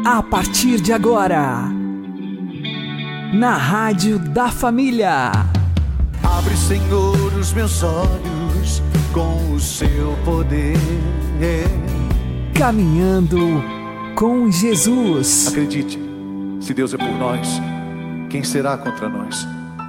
A partir de agora, na Rádio da Família. Abre, Senhor, os meus olhos com o seu poder. Caminhando com Jesus. Acredite, se Deus é por nós, quem será contra nós?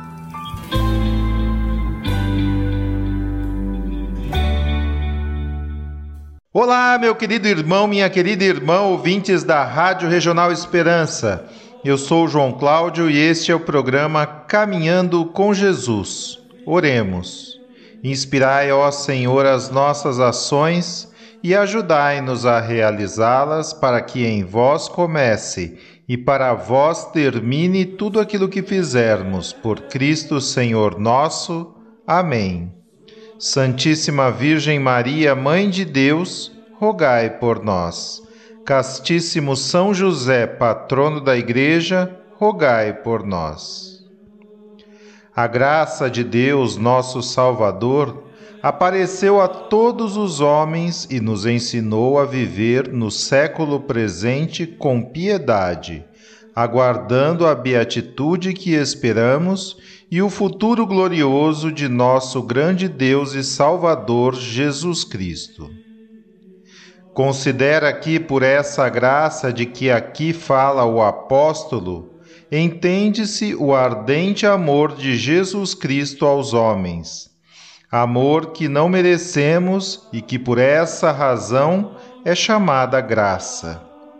Olá, meu querido irmão, minha querida irmã, ouvintes da Rádio Regional Esperança. Eu sou o João Cláudio e este é o programa Caminhando com Jesus. Oremos. Inspirai, ó Senhor, as nossas ações e ajudai-nos a realizá-las para que em vós comece e para vós termine tudo aquilo que fizermos. Por Cristo, Senhor nosso. Amém. Santíssima Virgem Maria, Mãe de Deus, rogai por nós. Castíssimo São José, patrono da Igreja, rogai por nós. A graça de Deus, nosso Salvador, apareceu a todos os homens e nos ensinou a viver no século presente com piedade, aguardando a beatitude que esperamos e o futuro glorioso de nosso grande Deus e Salvador Jesus Cristo. Considera que por essa graça de que aqui fala o apóstolo, entende-se o ardente amor de Jesus Cristo aos homens, amor que não merecemos e que por essa razão é chamada graça.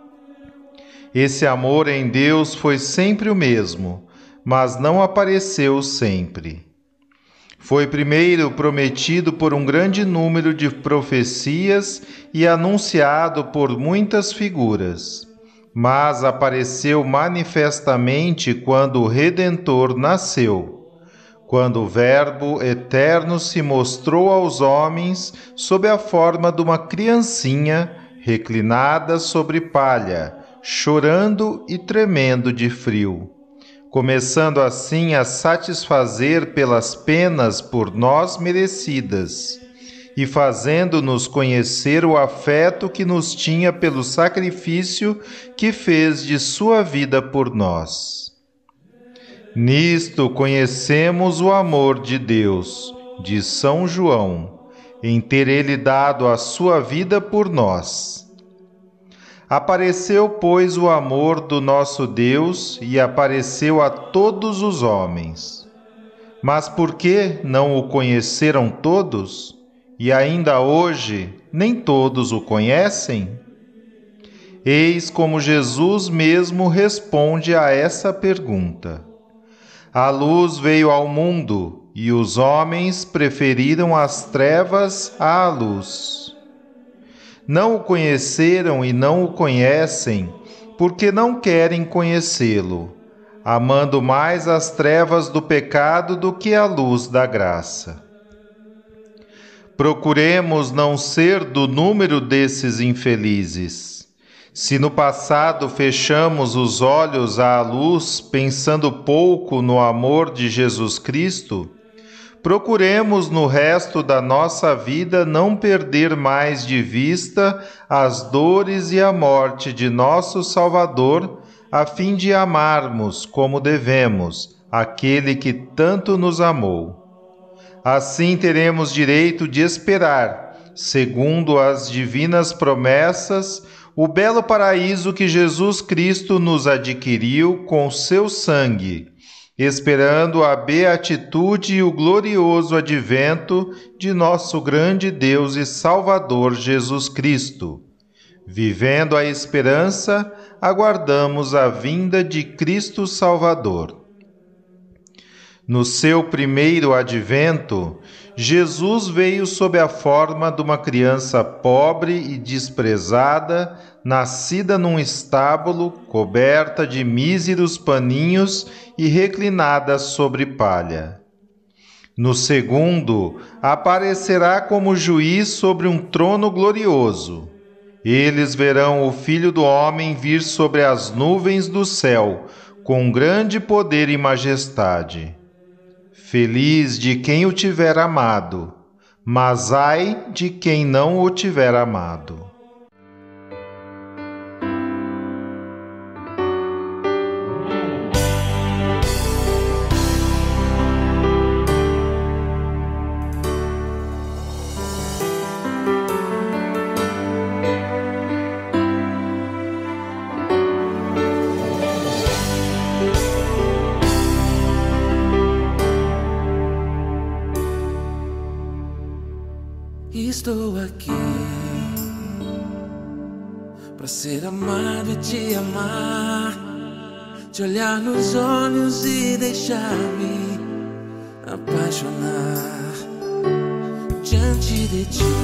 Esse amor em Deus foi sempre o mesmo, mas não apareceu sempre. Foi primeiro prometido por um grande número de profecias e anunciado por muitas figuras, mas apareceu manifestamente quando o Redentor nasceu, quando o Verbo eterno se mostrou aos homens sob a forma de uma criancinha reclinada sobre palha, chorando e tremendo de frio, começando assim a satisfazer pelas penas por nós merecidas e fazendo-nos conhecer o afeto que nos tinha pelo sacrifício que fez de sua vida por nós. Nisto conhecemos o amor de Deus, diz São João, em ter ele dado a sua vida por nós. Apareceu, pois, o amor do nosso Deus e apareceu a todos os homens. Mas por que não o conheceram todos? E ainda hoje nem todos o conhecem? Eis como Jesus mesmo responde a essa pergunta. A luz veio ao mundo e os homens preferiram as trevas à luz. Não o conheceram e não o conhecem, porque não querem conhecê-lo, amando mais as trevas do pecado do que a luz da graça. Procuremos não ser do número desses infelizes. Se no passado fechamos os olhos à luz, pensando pouco no amor de Jesus Cristo, procuremos no resto da nossa vida não perder mais de vista as dores e a morte de nosso Salvador, a fim de amarmos como devemos aquele que tanto nos amou. Assim teremos direito de esperar, segundo as divinas promessas, o belo paraíso que Jesus Cristo nos adquiriu com seu sangue, esperando a beatitude e o glorioso advento de nosso grande Deus e Salvador Jesus Cristo. Vivendo a esperança, aguardamos a vinda de Cristo Salvador. No seu primeiro advento, Jesus veio sob a forma de uma criança pobre e desprezada, nascida num estábulo, coberta de míseros paninhos e reclinada sobre palha. No segundo, aparecerá como juiz sobre um trono glorioso. Eles verão o Filho do Homem vir sobre as nuvens do céu, com grande poder e majestade. Feliz de quem o tiver amado, mas ai de quem não o tiver amado. Estou aqui para ser amado e te amar, te olhar nos olhos e deixar-me apaixonar diante de ti,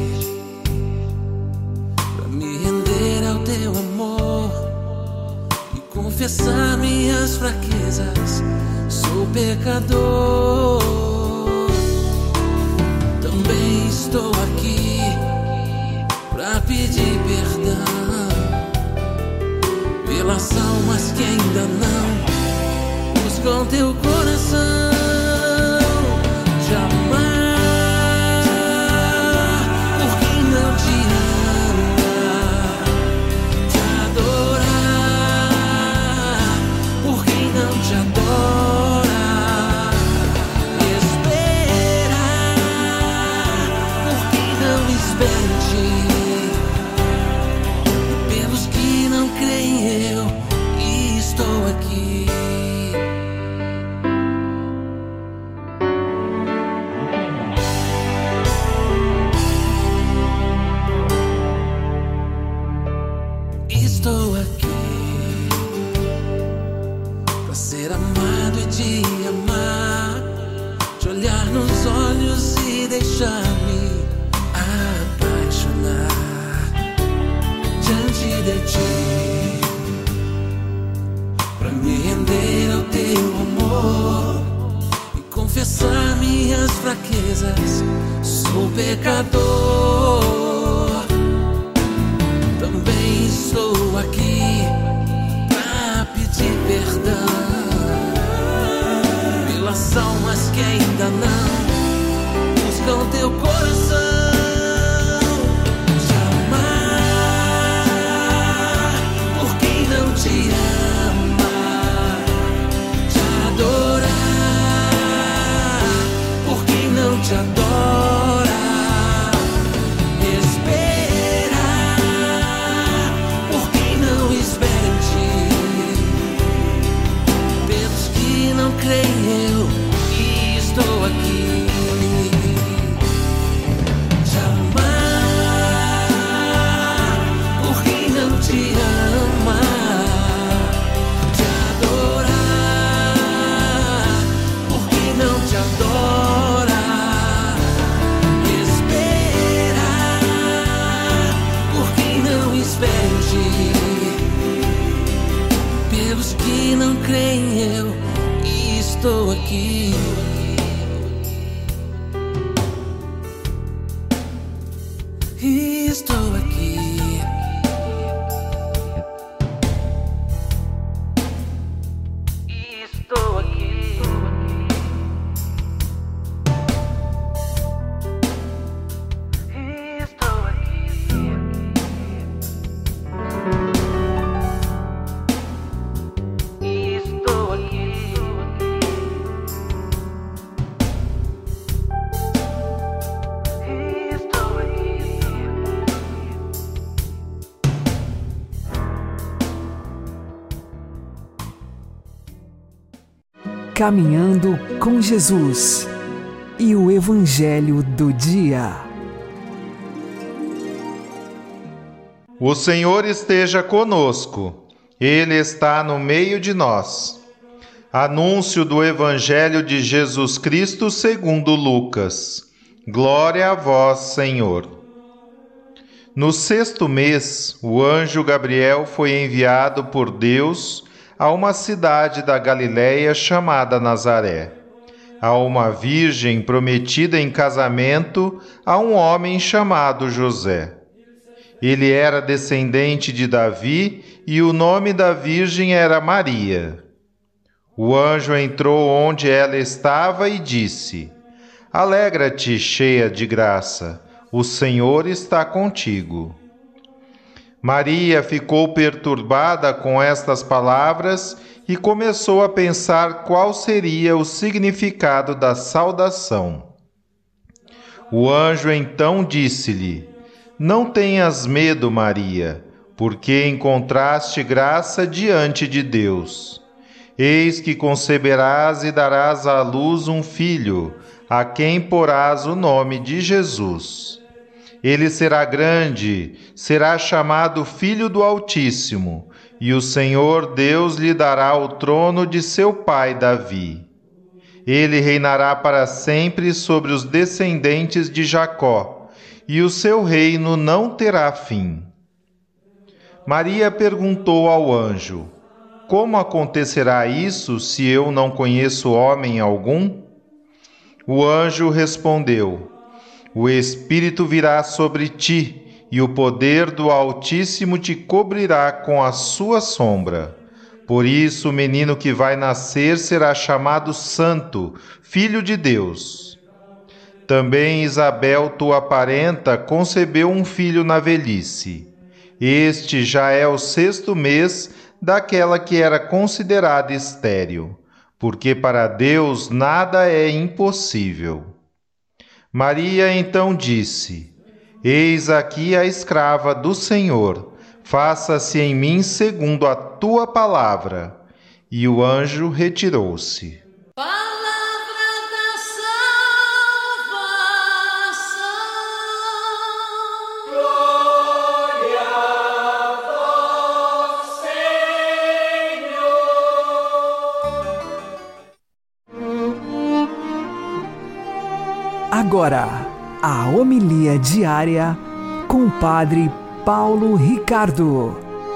para me render ao teu amor e confessar minhas fraquezas. Sou pecador, também estou aqui pra pedir perdão pelas almas que ainda não buscam teu coração. Te amar por quem não te ama, te adorar por quem não te adora, esperar por quem não espera em ti, pelos que não creem eu estou aqui. Estou aqui pra ser amado e te amar, te olhar nos olhos e deixar-me apaixonar diante de ti, pra me render ao teu amor e confessar minhas fraquezas. Sou pecador, também estou aqui pra pedir perdão pelas almas que ainda não buscam teu coração. Te amar por quem não te ama, te adorar por quem não te adora, esperar por quem não espera em ti, pelos que não creem eu estou aqui. Te amar por quem não te ama, te adorar por quem não te adora, esperar por quem não espera em ti, pelos que não creem eu estou aqui. Estou aqui. Estou aqui. Estou aqui. Estou aqui. Estou aqui. Caminhando com Jesus e o Evangelho do Dia. O Senhor esteja conosco, Ele está no meio de nós. Anúncio do Evangelho de Jesus Cristo segundo Lucas. Glória a vós, Senhor. No 6º mês, o anjo Gabriel foi enviado por Deus a uma cidade da Galiléia chamada Nazaré, a uma virgem prometida em casamento a um homem chamado José. Ele era descendente de Davi e o nome da virgem era Maria. O anjo entrou onde ela estava e disse: Alegra-te, cheia de graça, o Senhor está contigo. Maria ficou perturbada com estas palavras e começou a pensar qual seria o significado da saudação. O anjo então disse-lhe: Não tenhas medo, Maria, porque encontraste graça diante de Deus. Eis que conceberás e darás à luz um filho, a quem porás o nome de Jesus. Ele será grande, será chamado Filho do Altíssimo, e o Senhor Deus lhe dará o trono de seu pai Davi. Ele reinará para sempre sobre os descendentes de Jacó, e o seu reino não terá fim. Maria perguntou ao anjo: Como acontecerá isso se eu não conheço homem algum? O anjo respondeu: O Espírito virá sobre ti, e o poder do Altíssimo te cobrirá com a sua sombra. Por isso, o menino que vai nascer será chamado Santo, Filho de Deus. Também Isabel, tua parenta, concebeu um filho na velhice. Este já é o 6º mês daquela que era considerada estéril, porque para Deus nada é impossível. Maria então disse: Eis aqui a escrava do Senhor, faça-se em mim segundo a tua palavra. E o anjo retirou-se. Agora, a homilia diária com o Padre Paulo Ricardo.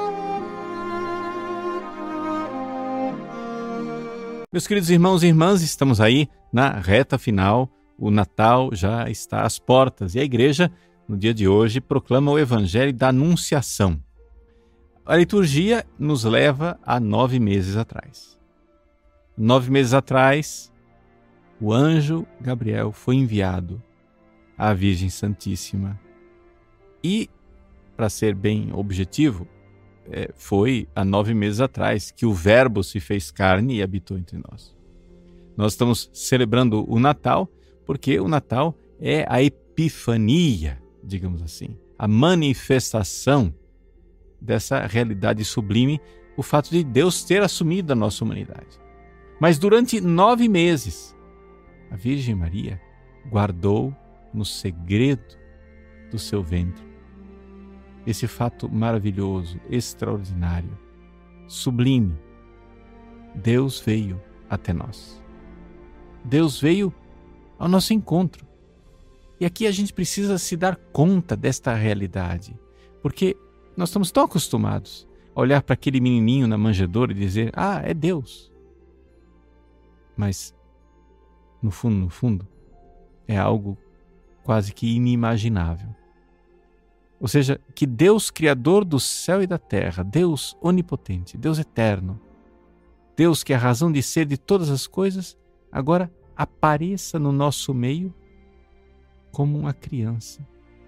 Meus queridos irmãos e irmãs, estamos aí na reta final. O Natal já está às portas e a Igreja, no dia de hoje, proclama o Evangelho da Anunciação. A liturgia nos leva a 9 meses atrás. 9 meses atrás, o anjo Gabriel foi enviado à Virgem Santíssima. E, para ser bem objetivo, foi há 9 meses atrás que o Verbo se fez carne e habitou entre nós. Nós estamos celebrando o Natal porque o Natal é a epifania, digamos assim, a manifestação dessa realidade sublime, o fato de Deus ter assumido a nossa humanidade. Mas durante 9 meses, a Virgem Maria guardou no segredo do seu ventre esse fato maravilhoso, extraordinário, sublime. Deus veio até nós. Deus veio ao nosso encontro. E aqui a gente precisa se dar conta desta realidade, porque nós estamos tão acostumados a olhar para aquele menininho na manjedoura e dizer: ah, é Deus. Mas, no fundo, é algo quase que inimaginável. Ou seja, que Deus, Criador do céu e da terra, Deus onipotente, Deus eterno, Deus que é a razão de ser de todas as coisas, agora apareça no nosso meio como uma criança.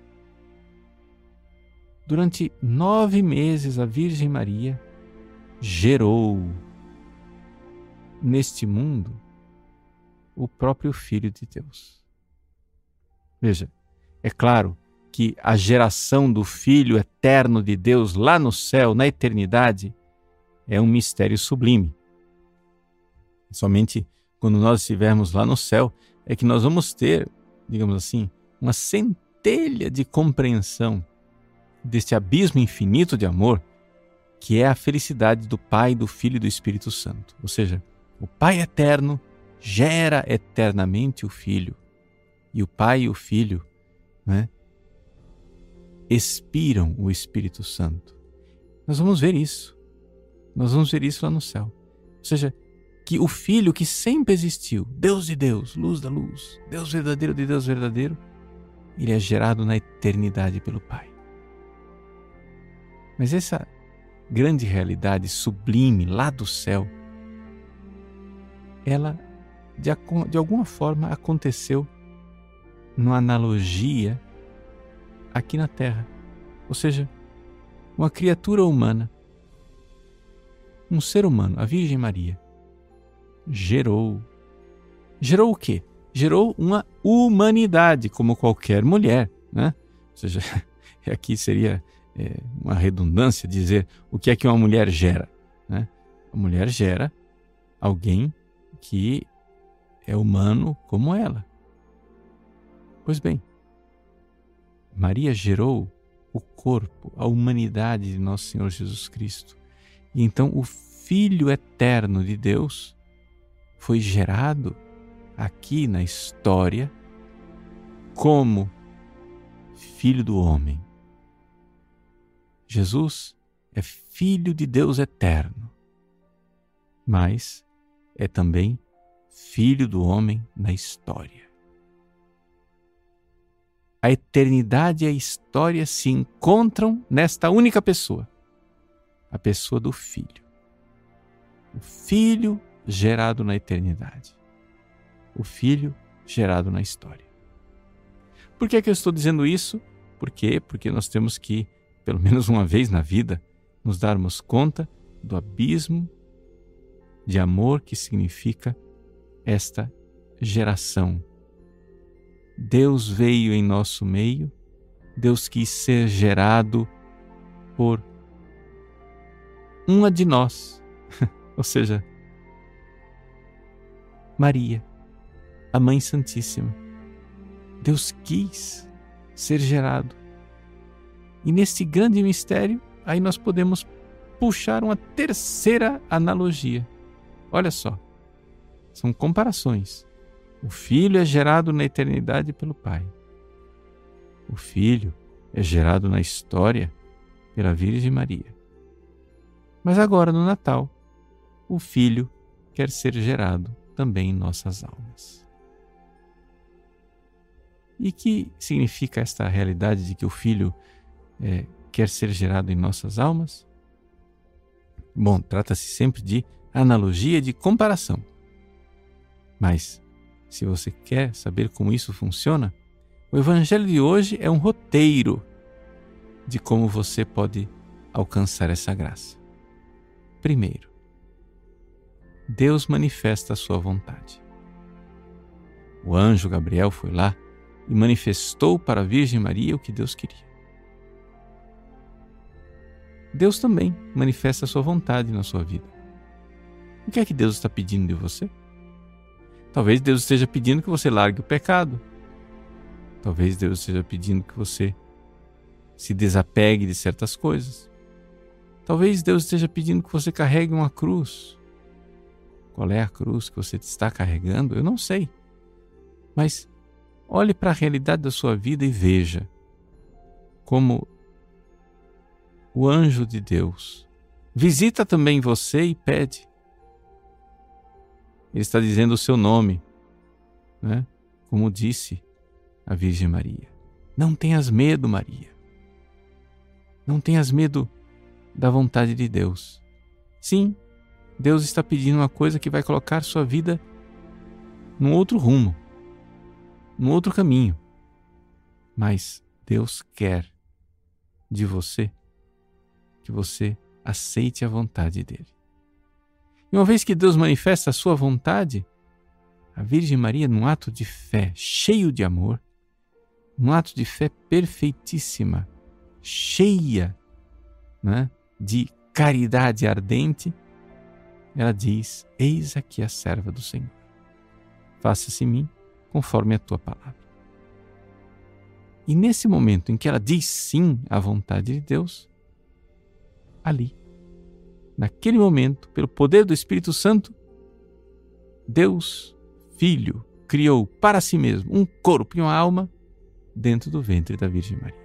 Durante 9 meses, a Virgem Maria gerou neste mundo o próprio Filho de Deus. Veja, é claro que a geração do Filho eterno de Deus lá no céu, na eternidade, é um mistério sublime. Somente quando nós estivermos lá no céu é que nós vamos ter, digamos assim, uma centelha de compreensão deste abismo infinito de amor que é a felicidade do Pai, do Filho e do Espírito Santo. Ou seja, o Pai eterno gera eternamente o Filho e o Pai e o Filho, expiram o Espírito Santo. Nós vamos ver isso. Nós vamos ver isso lá no céu. Ou seja, que o Filho que sempre existiu, Deus de Deus, luz da luz, Deus verdadeiro de Deus verdadeiro, ele é gerado na eternidade pelo Pai. Mas essa grande realidade sublime lá do céu, ela de alguma forma aconteceu numa analogia aqui na Terra. Ou seja, uma criatura humana, um ser humano, a Virgem Maria, gerou o quê? Gerou uma humanidade, como qualquer mulher, né? Ou seja, aqui seria uma redundância dizer o que é que uma mulher gera, né? A mulher gera alguém que é humano como ela. Pois bem, Maria gerou o corpo, a humanidade de nosso Senhor Jesus Cristo. E então o Filho eterno de Deus foi gerado aqui na história como Filho do homem. Jesus é Filho de Deus eterno, mas é também Filho do homem na história. A eternidade e a história se encontram nesta única pessoa, a pessoa do Filho. O Filho gerado na eternidade. O Filho gerado na história. Por que é que eu estou dizendo isso? Por quê? Porque nós temos que, pelo menos uma vez na vida, nos darmos conta do abismo de amor que significa esta geração. Deus veio em nosso meio, Deus quis ser gerado por uma de nós, ou seja, Maria, a Mãe Santíssima. Deus quis ser gerado. E neste grande mistério, aí nós podemos puxar uma terceira analogia. Olha só, são comparações. O Filho é gerado na eternidade pelo Pai. O Filho é gerado na história pela Virgem Maria. Mas agora, no Natal, o Filho quer ser gerado também em nossas almas. E que significa esta realidade de que o Filho quer ser gerado em nossas almas? Bom, trata-se sempre de analogia, de comparação. Mas, se você quer saber como isso funciona, o Evangelho de hoje é um roteiro de como você pode alcançar essa graça. Primeiro, Deus manifesta a sua vontade. O anjo Gabriel foi lá e manifestou para a Virgem Maria o que Deus queria. Deus também manifesta a sua vontade na sua vida. O que é que Deus está pedindo de você? Talvez Deus esteja pedindo que você largue o pecado. Talvez Deus esteja pedindo que você se desapegue de certas coisas. Talvez Deus esteja pedindo que você carregue uma cruz. Qual é a cruz que você está carregando? Eu não sei. Mas olhe para a realidade da sua vida e veja como o anjo de Deus visita também você e pede. Ele está dizendo o seu nome, né? Como disse a Virgem Maria. Não tenhas medo, Maria. Não tenhas medo da vontade de Deus. Sim, Deus está pedindo uma coisa que vai colocar sua vida num outro rumo, num outro caminho. Mas Deus quer de você que você aceite a vontade dele. E uma vez que Deus manifesta a sua vontade, a Virgem Maria, num ato de fé cheio de amor, num ato de fé perfeitíssima, cheia, né, de caridade ardente, ela diz: eis aqui a serva do Senhor. Faça-se em mim conforme a tua palavra. E nesse momento em que ela diz sim à vontade de Deus, ali, naquele momento, pelo poder do Espírito Santo, Deus, Filho, criou para si mesmo um corpo e uma alma dentro do ventre da Virgem Maria.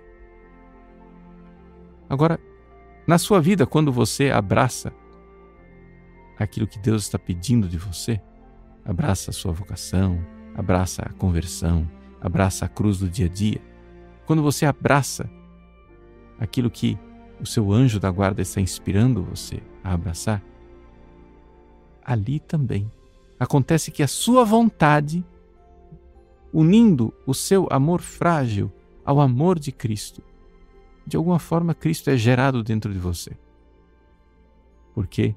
Agora, na sua vida, quando você abraça aquilo que Deus está pedindo de você, abraça a sua vocação, abraça a conversão, abraça a cruz do dia a dia, quando você abraça aquilo que o seu anjo da guarda está inspirando você a abraçar, ali também acontece que a sua vontade, unindo o seu amor frágil ao amor de Cristo, de alguma forma Cristo é gerado dentro de você. Porque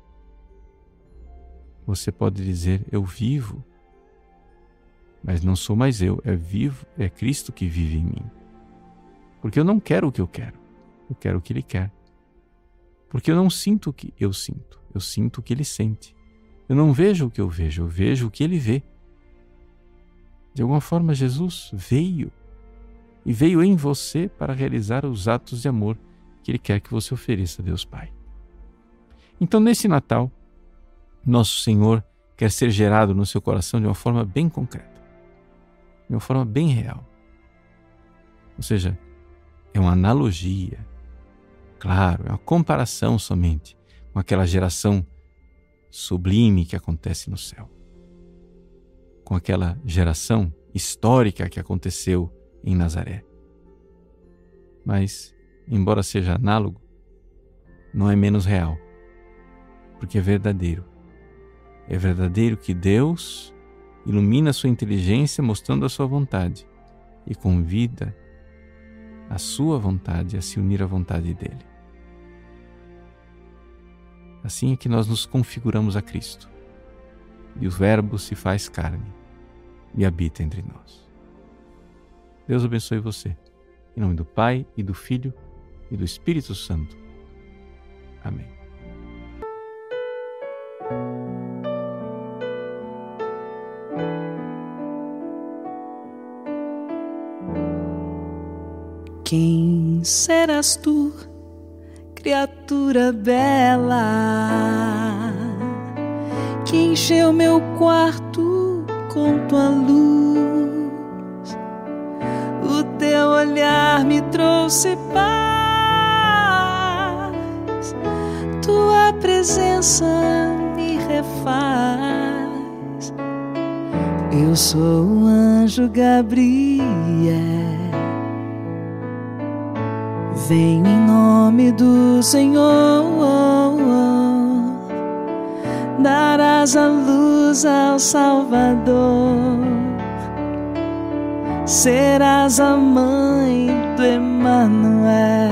você pode dizer: eu vivo, mas não sou mais eu, é Cristo que vive em mim. Porque eu não quero o que eu quero o que Ele quer. Porque eu não sinto o que eu sinto o que Ele sente. Eu não vejo o que eu vejo o que Ele vê. De alguma forma, Jesus veio e veio em você para realizar os atos de amor que Ele quer que você ofereça a Deus Pai. Então, nesse Natal, nosso Senhor quer ser gerado no seu coração de uma forma bem concreta, de uma forma bem real. Ou seja, é uma analogia, claro, é uma comparação somente com aquela geração sublime que acontece no céu, com aquela geração histórica que aconteceu em Nazaré. Mas, embora seja análogo, não é menos real, porque é verdadeiro. É verdadeiro que Deus ilumina a sua inteligência mostrando a sua vontade e convida a sua vontade a se unir à vontade dele. Assim é que nós nos configuramos a Cristo e o Verbo se faz carne e habita entre nós. Deus abençoe você. Em nome do Pai e do Filho e do Espírito Santo. Amém. Quem serás tu, criatura bela, que encheu meu quarto com tua luz? O teu olhar me trouxe paz, tua presença me refaz. Eu sou o anjo Gabriel, venho em nome do Senhor, darás a luz ao Salvador, serás a mãe do Emanuel.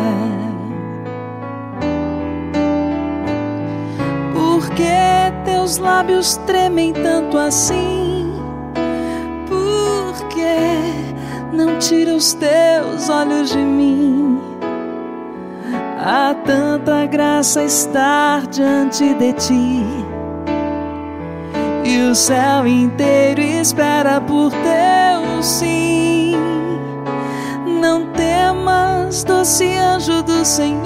Por que teus lábios tremem tanto assim? Por que não tira os teus olhos de mim? Há tanta graça estar diante de ti, e o céu inteiro espera por teu sim. Não temas, doce anjo do Senhor,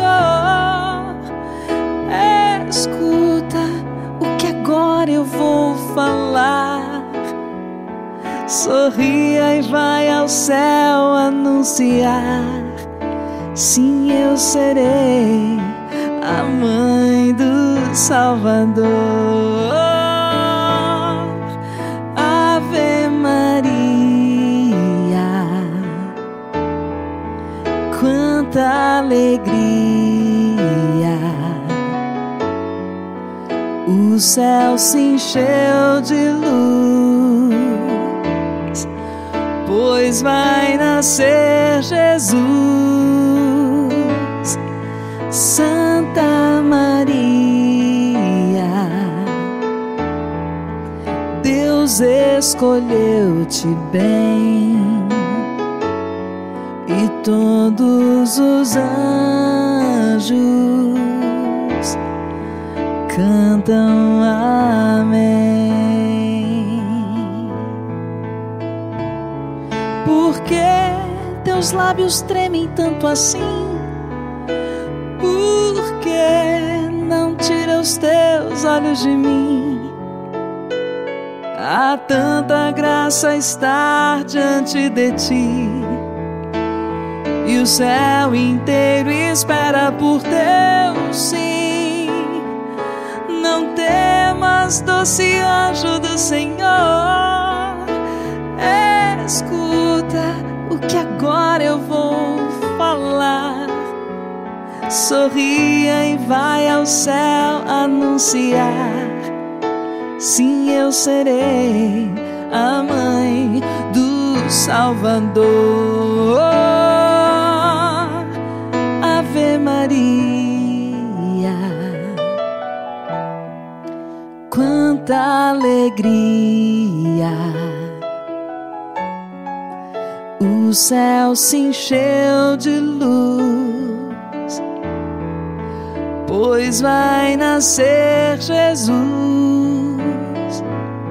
escuta o que agora eu vou falar. Sorria e vai ao céu anunciar: sim, eu serei a mãe do Salvador. Ave Maria, quanta alegria! O céu se encheu de luz, pois vai nascer Jesus. Santa Maria, Deus escolheu-te bem, e todos os anjos cantam amém. Por que teus lábios tremem tanto assim? Por que não tira os teus olhos de mim? Há tanta graça estar diante de ti, e o céu inteiro espera por teu sim. Não temas, doce anjo do Senhor, escuta o que agora eu vou falar. Sorria e vai ao céu anunciar: sim, eu serei a mãe do Salvador. Ave Maria, quanta alegria! O céu se encheu de luz, pois vai nascer Jesus.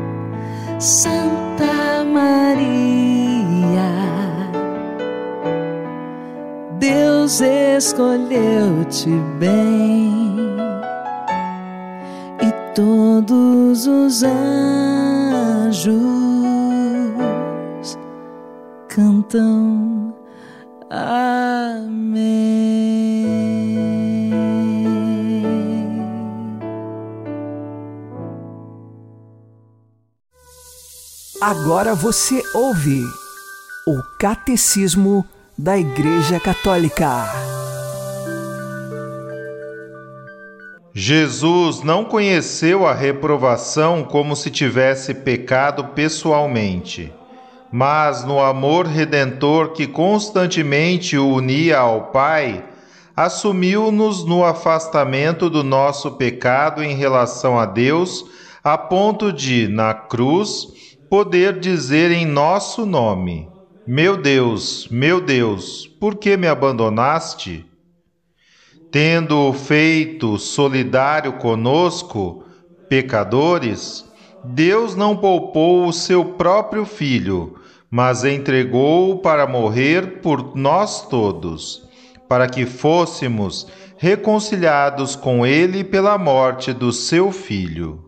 Santa Maria, Deus escolheu-te bem, e todos os anjos cantam amém. Agora você ouve o Catecismo da Igreja Católica. Jesus não conheceu a reprovação como se tivesse pecado pessoalmente, mas no amor redentor que constantemente o unia ao Pai, assumiu-nos no afastamento do nosso pecado em relação a Deus, a ponto de, na cruz, poder dizer em nosso nome: meu Deus, por que me abandonaste? Tendo-o feito solidário conosco, pecadores, Deus não poupou o seu próprio Filho, mas entregou-o para morrer por nós todos, para que fôssemos reconciliados com Ele pela morte do seu Filho.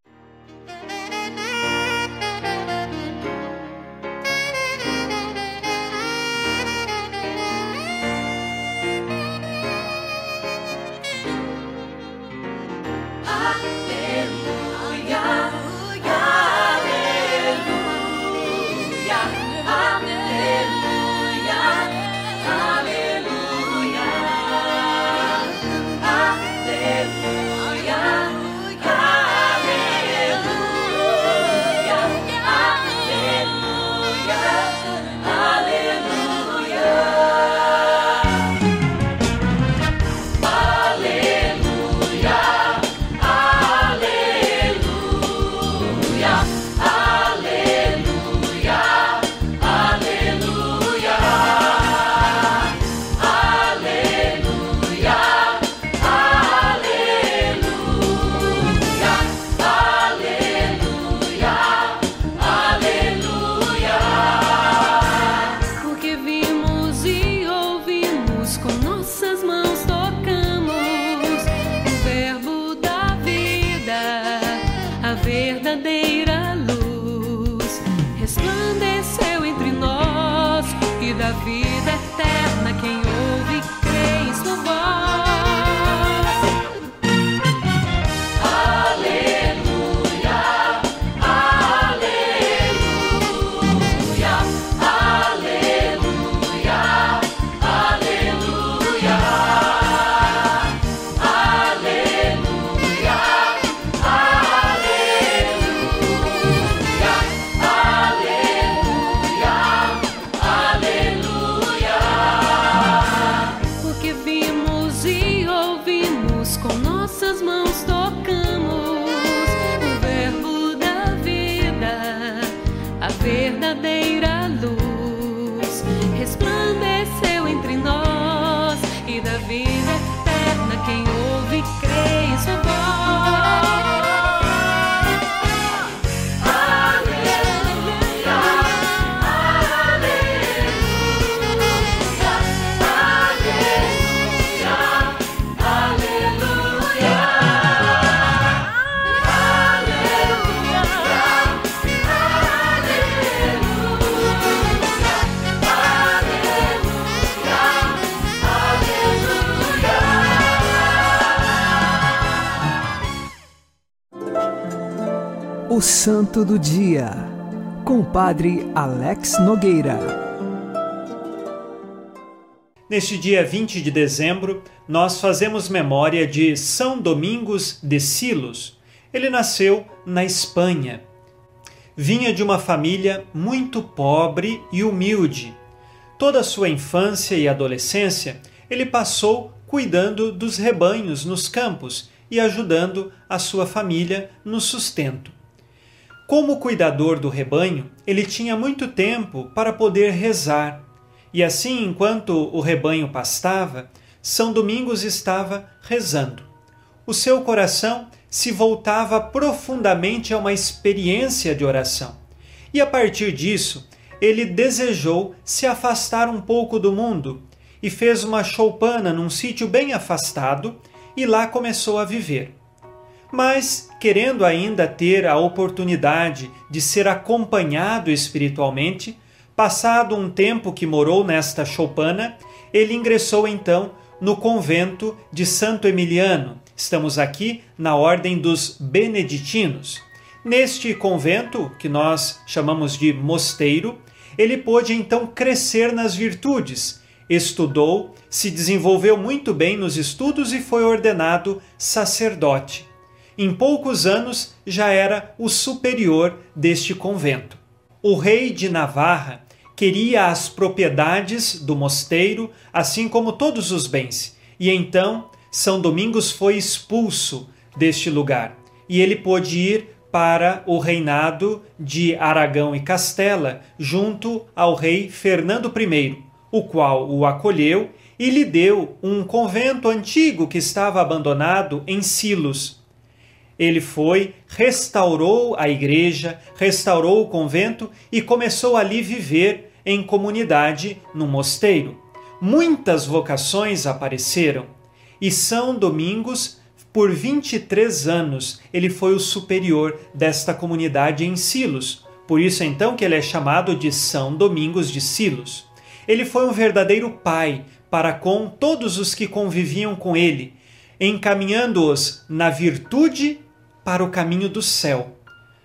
O Santo do Dia, com o Padre Alex Nogueira. Neste dia 20 de dezembro, nós fazemos memória de São Domingos de Silos. Ele nasceu na Espanha. Vinha de uma família muito pobre e humilde. Toda a sua infância e adolescência, ele passou cuidando dos rebanhos nos campos e ajudando a sua família no sustento. Como cuidador do rebanho, ele tinha muito tempo para poder rezar. E assim, enquanto o rebanho pastava, São Domingos estava rezando. O seu coração se voltava profundamente a uma experiência de oração. E a partir disso, ele desejou se afastar um pouco do mundo e fez uma choupana num sítio bem afastado e lá começou a viver. Mas, querendo ainda ter a oportunidade de ser acompanhado espiritualmente, passado um tempo que morou nesta choupana, ele ingressou então no convento de Santo Emiliano. Estamos aqui na ordem dos beneditinos. Neste convento, que nós chamamos de mosteiro, ele pôde então crescer nas virtudes, estudou, se desenvolveu muito bem nos estudos e foi ordenado sacerdote. Em poucos anos já era o superior deste convento. O rei de Navarra queria as propriedades do mosteiro, assim como todos os bens, e então São Domingos foi expulso deste lugar, e ele pôde ir para o reinado de Aragão e Castela, junto ao rei Fernando I, o qual o acolheu e lhe deu um convento antigo que estava abandonado em Silos. Ele foi, restaurou a igreja, restaurou o convento e começou ali viver em comunidade no mosteiro. Muitas vocações apareceram e São Domingos, por 23 anos, ele foi o superior desta comunidade em Silos. Por isso então que ele é chamado de São Domingos de Silos. Ele foi um verdadeiro pai para com todos os que conviviam com ele, encaminhando-os na virtude para o caminho do céu.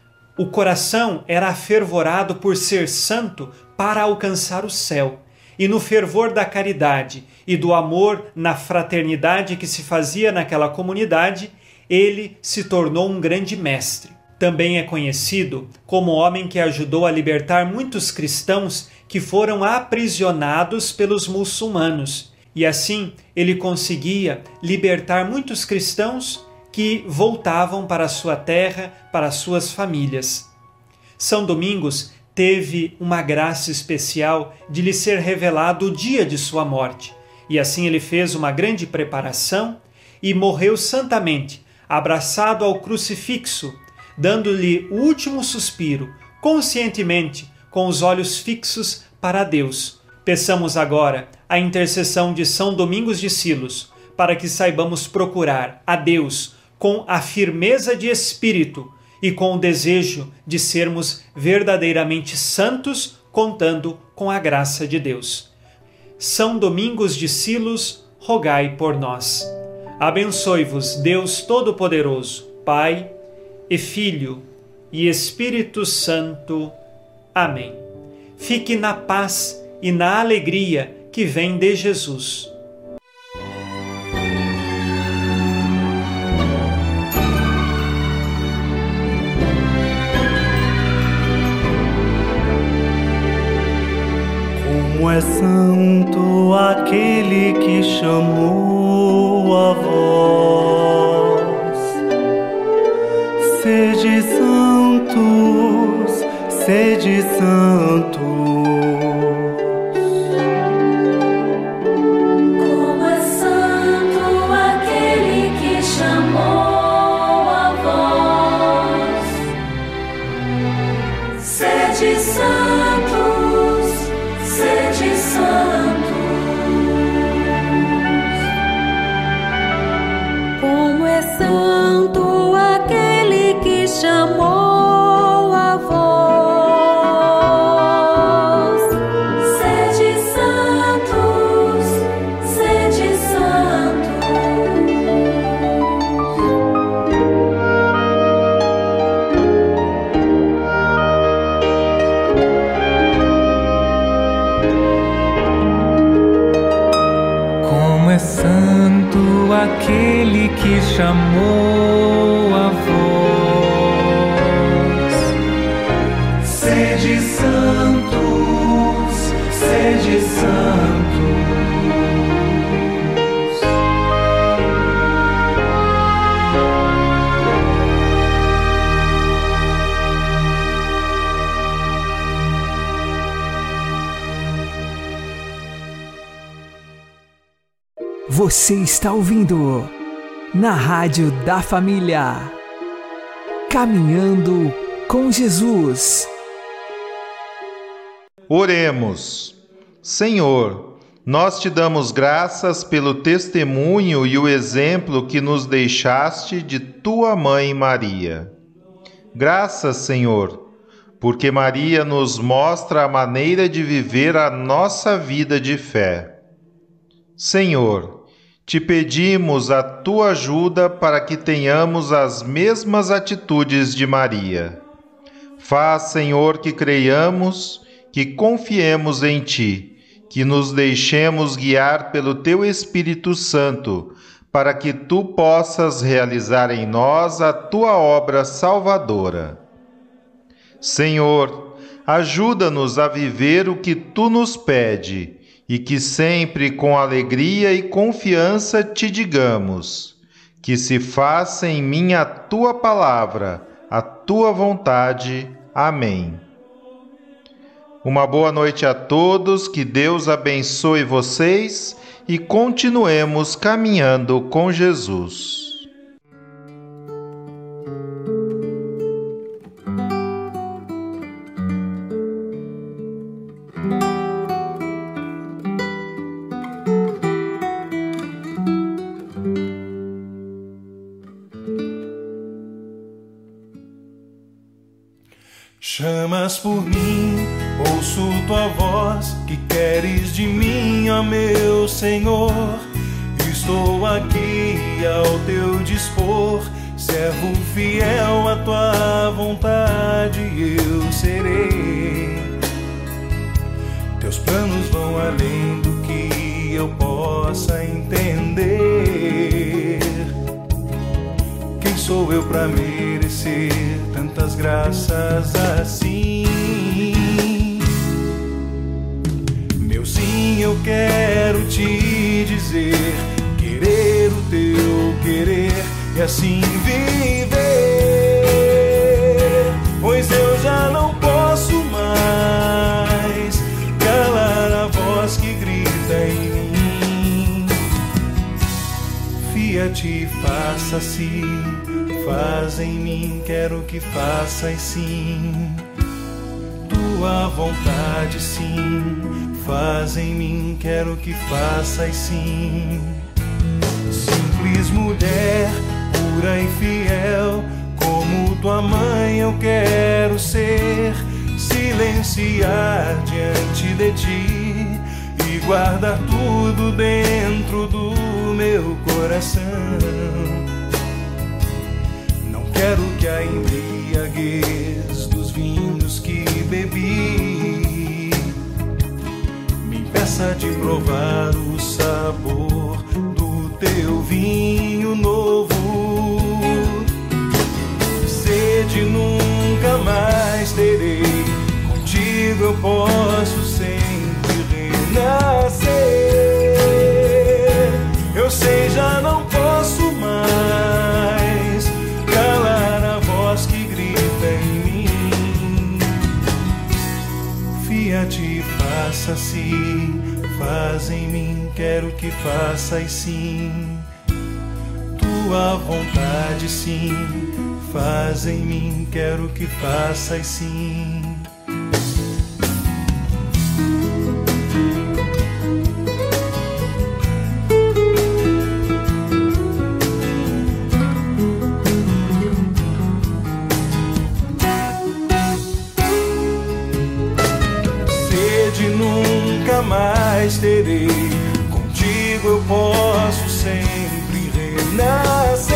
O coração era afervorado por ser santo para alcançar o céu, e no fervor da caridade e do amor na fraternidade que se fazia naquela comunidade, ele se tornou um grande mestre. Também é conhecido como homem que ajudou a libertar muitos cristãos que foram aprisionados pelos muçulmanos, e assim ele conseguia libertar muitos cristãos que voltavam para a sua terra, para as suas famílias. São Domingos teve uma graça especial de lhe ser revelado o dia de sua morte, e assim ele fez uma grande preparação e morreu santamente, abraçado ao crucifixo, dando-lhe o último suspiro, conscientemente, com os olhos fixos para Deus. Peçamos agora a intercessão de São Domingos de Silos, para que saibamos procurar a Deus com a firmeza de espírito e com o desejo de sermos verdadeiramente santos, contando com a graça de Deus. São Domingos de Silos, rogai por nós. Abençoe-vos Deus Todo-Poderoso, Pai e Filho e Espírito Santo. Amém. Fique na paz e na alegria que vem de Jesus. Como é santo aquele que chamou a voz. Sede santos, sede santos. Como é santo aquele que chamou a voz. Sede santos, sede santos. Como é santo aquele que chamou a voz. Sede santos, sede santos. Como é santo aquele que chamou a voz. Sede santos, sede santos. Você está ouvindo na Rádio da Família. Caminhando com Jesus. Oremos. Senhor, Nós te damos graças pelo testemunho e o exemplo que nos deixaste de tua mãe Maria. Graças, Senhor, porque Maria nos mostra a maneira de viver a nossa vida de fé. Senhor, te pedimos a tua ajuda para que tenhamos as mesmas atitudes de Maria. Faz, Senhor, que creiamos, que confiemos em ti, que nos deixemos guiar pelo teu Espírito Santo, para que tu possas realizar em nós a tua obra salvadora. Senhor, ajuda-nos a viver o que tu nos pede e que sempre com alegria e confiança te digamos: que se faça em mim a tua palavra, a tua vontade. Amém. Uma boa noite a todos, que Deus abençoe vocês e continuemos caminhando com Jesus. Chamas por mim, ouço tua voz, que queres de mim, ó meu Senhor? Estou aqui ao teu dispor, servo fiel à tua vontade eu serei. Teus planos vão além do que eu possa entender. Quem sou eu para merecer tantas graças assim? Meu sim, eu quero te dizer, querer o teu querer e assim viver. Pois eu já não posso mais calar a voz que grita em mim. Fia-te, faça-se, faz em mim, quero que faças sim. Tua vontade sim, faz em mim, quero que faças sim. Simples mulher, pura e fiel, como tua mãe eu quero ser. Silenciar diante de ti e guardar tudo dentro do meu coração. Quero que a embriaguez dos vinhos que bebi me impeça de provar o sabor do teu vinho novo. Sede nunca mais terei, contigo eu posso sempre renascer. Eu sei, já não posso mais calar a voz que grita em mim. Fia-te, faça-se, faz em mim, quero que faças sim. Tua vontade sim, faz em mim, quero que faças sim. Mais terei, contigo eu posso sempre renascer.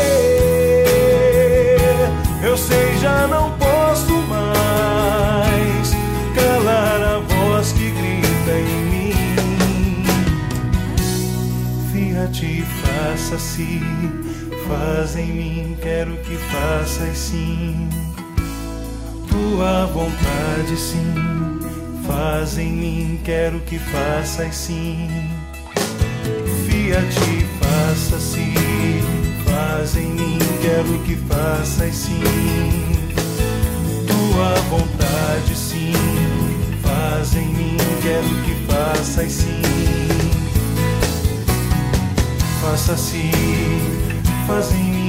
Eu sei, já não posso mais calar a voz que grita em mim. Fia-te, faça-se, faz em mim, quero que faças sim. Tua vontade sim, faz em mim, quero que faças sim. Fia-te, faça-se, faz em mim, quero que faças sim. Tua vontade sim, faz em mim, quero que faças sim. Faça-se, faz em mim,